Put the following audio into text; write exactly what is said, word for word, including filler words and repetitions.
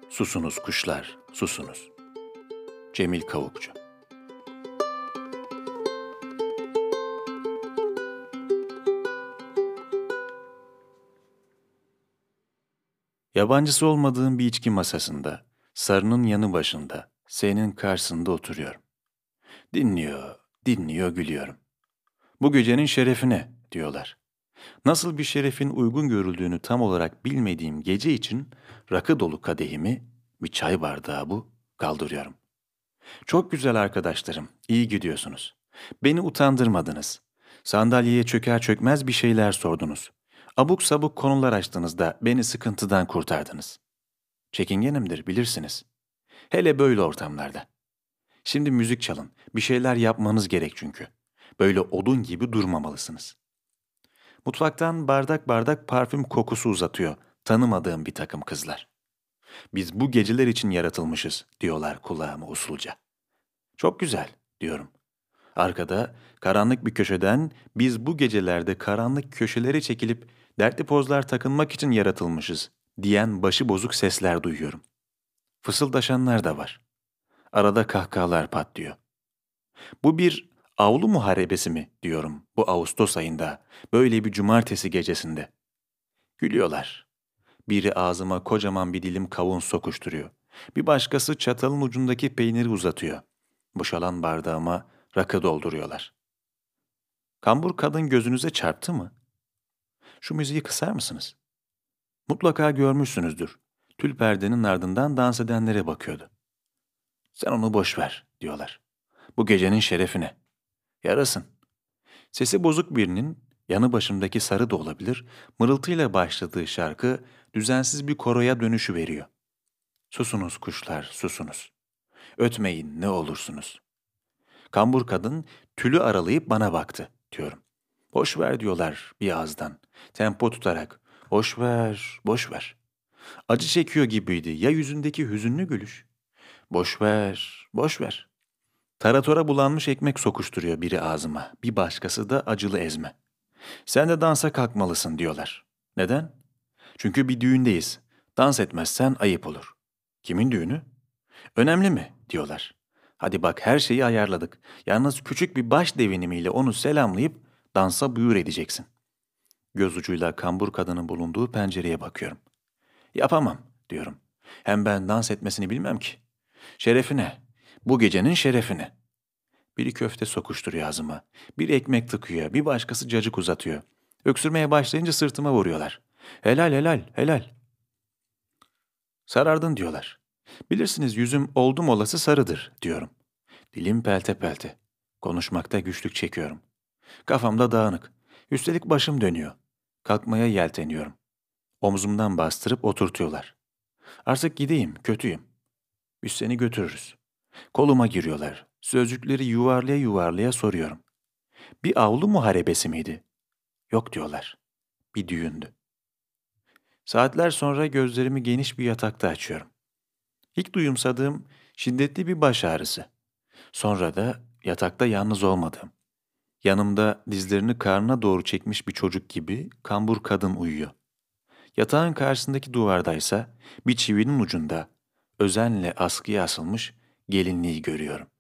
Susunuz kuşlar, susunuz. Cemil Kavukçu. Yabancısı olmadığım bir içki masasında, sarının yanı başında, senin karşısında oturuyorum. Dinliyor, dinliyor gülüyorum. Bu gecenin şerefine diyorlar. Nasıl bir şerefin uygun görüldüğünü tam olarak bilmediğim gece için rakı dolu kadehimi, bir çay bardağı bu, kaldırıyorum. Çok güzel arkadaşlarım, iyi gidiyorsunuz. Beni utandırmadınız. Sandalyeye çöker çökmez bir şeyler sordunuz. Abuk sabuk konular açtınız da beni sıkıntıdan kurtardınız. Çekingenimdir bilirsiniz. Hele böyle ortamlarda. Şimdi müzik çalın, bir şeyler yapmanız gerek çünkü. Böyle odun gibi durmamalısınız. Mutfaktan bardak bardak parfüm kokusu uzatıyor tanımadığım bir takım kızlar. Biz bu geceler için yaratılmışız diyorlar kulağıma usulca. Çok güzel diyorum. Arkada karanlık bir köşeden biz bu gecelerde karanlık köşelere çekilip dertli pozlar takınmak için yaratılmışız diyen başıbozuk sesler duyuyorum. Fısıldaşanlar da var. Arada kahkahalar patlıyor. Bu bir avlu muharebesi mi diyorum bu Ağustos ayında, böyle bir cumartesi gecesinde. Gülüyorlar. Biri ağzıma kocaman bir dilim kavun sokuşturuyor. Bir başkası çatalın ucundaki peyniri uzatıyor. Boşalan bardağıma rakı dolduruyorlar. Kambur kadın gözünüze çarptı mı? Şu müziği kısar mısınız? Mutlaka görmüşsünüzdür. Tül perdenin ardından dans edenlere bakıyordu. Sen onu boş ver diyorlar. Bu gecenin şerefine. Yarasın. Sesi bozuk birinin, yanı başımdaki sarı da olabilir, mırıltıyla başladığı şarkı düzensiz bir koroya dönüşü veriyor. Susunuz kuşlar, susunuz. Ötmeyin ne olursunuz. Kambur kadın tülü aralayıp bana baktı diyorum. Boş ver diyorlar bir ağızdan. Tempo tutarak. Boş ver, boş ver. Acı çekiyor gibiydi ya yüzündeki hüzünlü gülüş. Boş ver, boş ver. Taratora bulanmış ekmek sokuşturuyor biri ağzıma. Bir başkası da acılı ezme. Sen de dansa kalkmalısın diyorlar. Neden? Çünkü bir düğündeyiz. Dans etmezsen ayıp olur. Kimin düğünü? Önemli mi? Diyorlar. Hadi bak her şeyi ayarladık. Yalnız küçük bir baş devinimiyle onu selamlayıp dansa buyur edeceksin. Göz ucuyla kambur kadının bulunduğu pencereye bakıyorum. Yapamam diyorum. Hem ben dans etmesini bilmem ki. Şerefine, bu gecenin şerefine. Biri köfte sokuşturuyor ağzıma. Bir ekmek tıkıyor, bir başkası cacık uzatıyor. Öksürmeye başlayınca sırtıma vuruyorlar. Helal helal helal. Sarardın diyorlar. Bilirsiniz yüzüm oldum olası sarıdır diyorum. Dilim pelte pelte. Konuşmakta güçlük çekiyorum. Kafamda dağınık. Üstelik başım dönüyor. Kalkmaya yelteniyorum. Omzumdan bastırıp oturtuyorlar. Artık gideyim, kötüyüm. Biz seni götürürüz. Koluma giriyorlar. Sözcükleri yuvarlaya yuvarlaya soruyorum. Bir avlu muharebesi miydi? Yok diyorlar. Bir düğündü. Saatler sonra gözlerimi geniş bir yatakta açıyorum. İlk duyumsadığım şiddetli bir baş ağrısı. Sonra da yatakta yalnız olmadığım. Yanımda dizlerini karnına doğru çekmiş bir çocuk gibi kambur kadın uyuyor. Yatağın karşısındaki duvardaysa bir çivinin ucunda özenle askıya asılmış gelinliği görüyorum.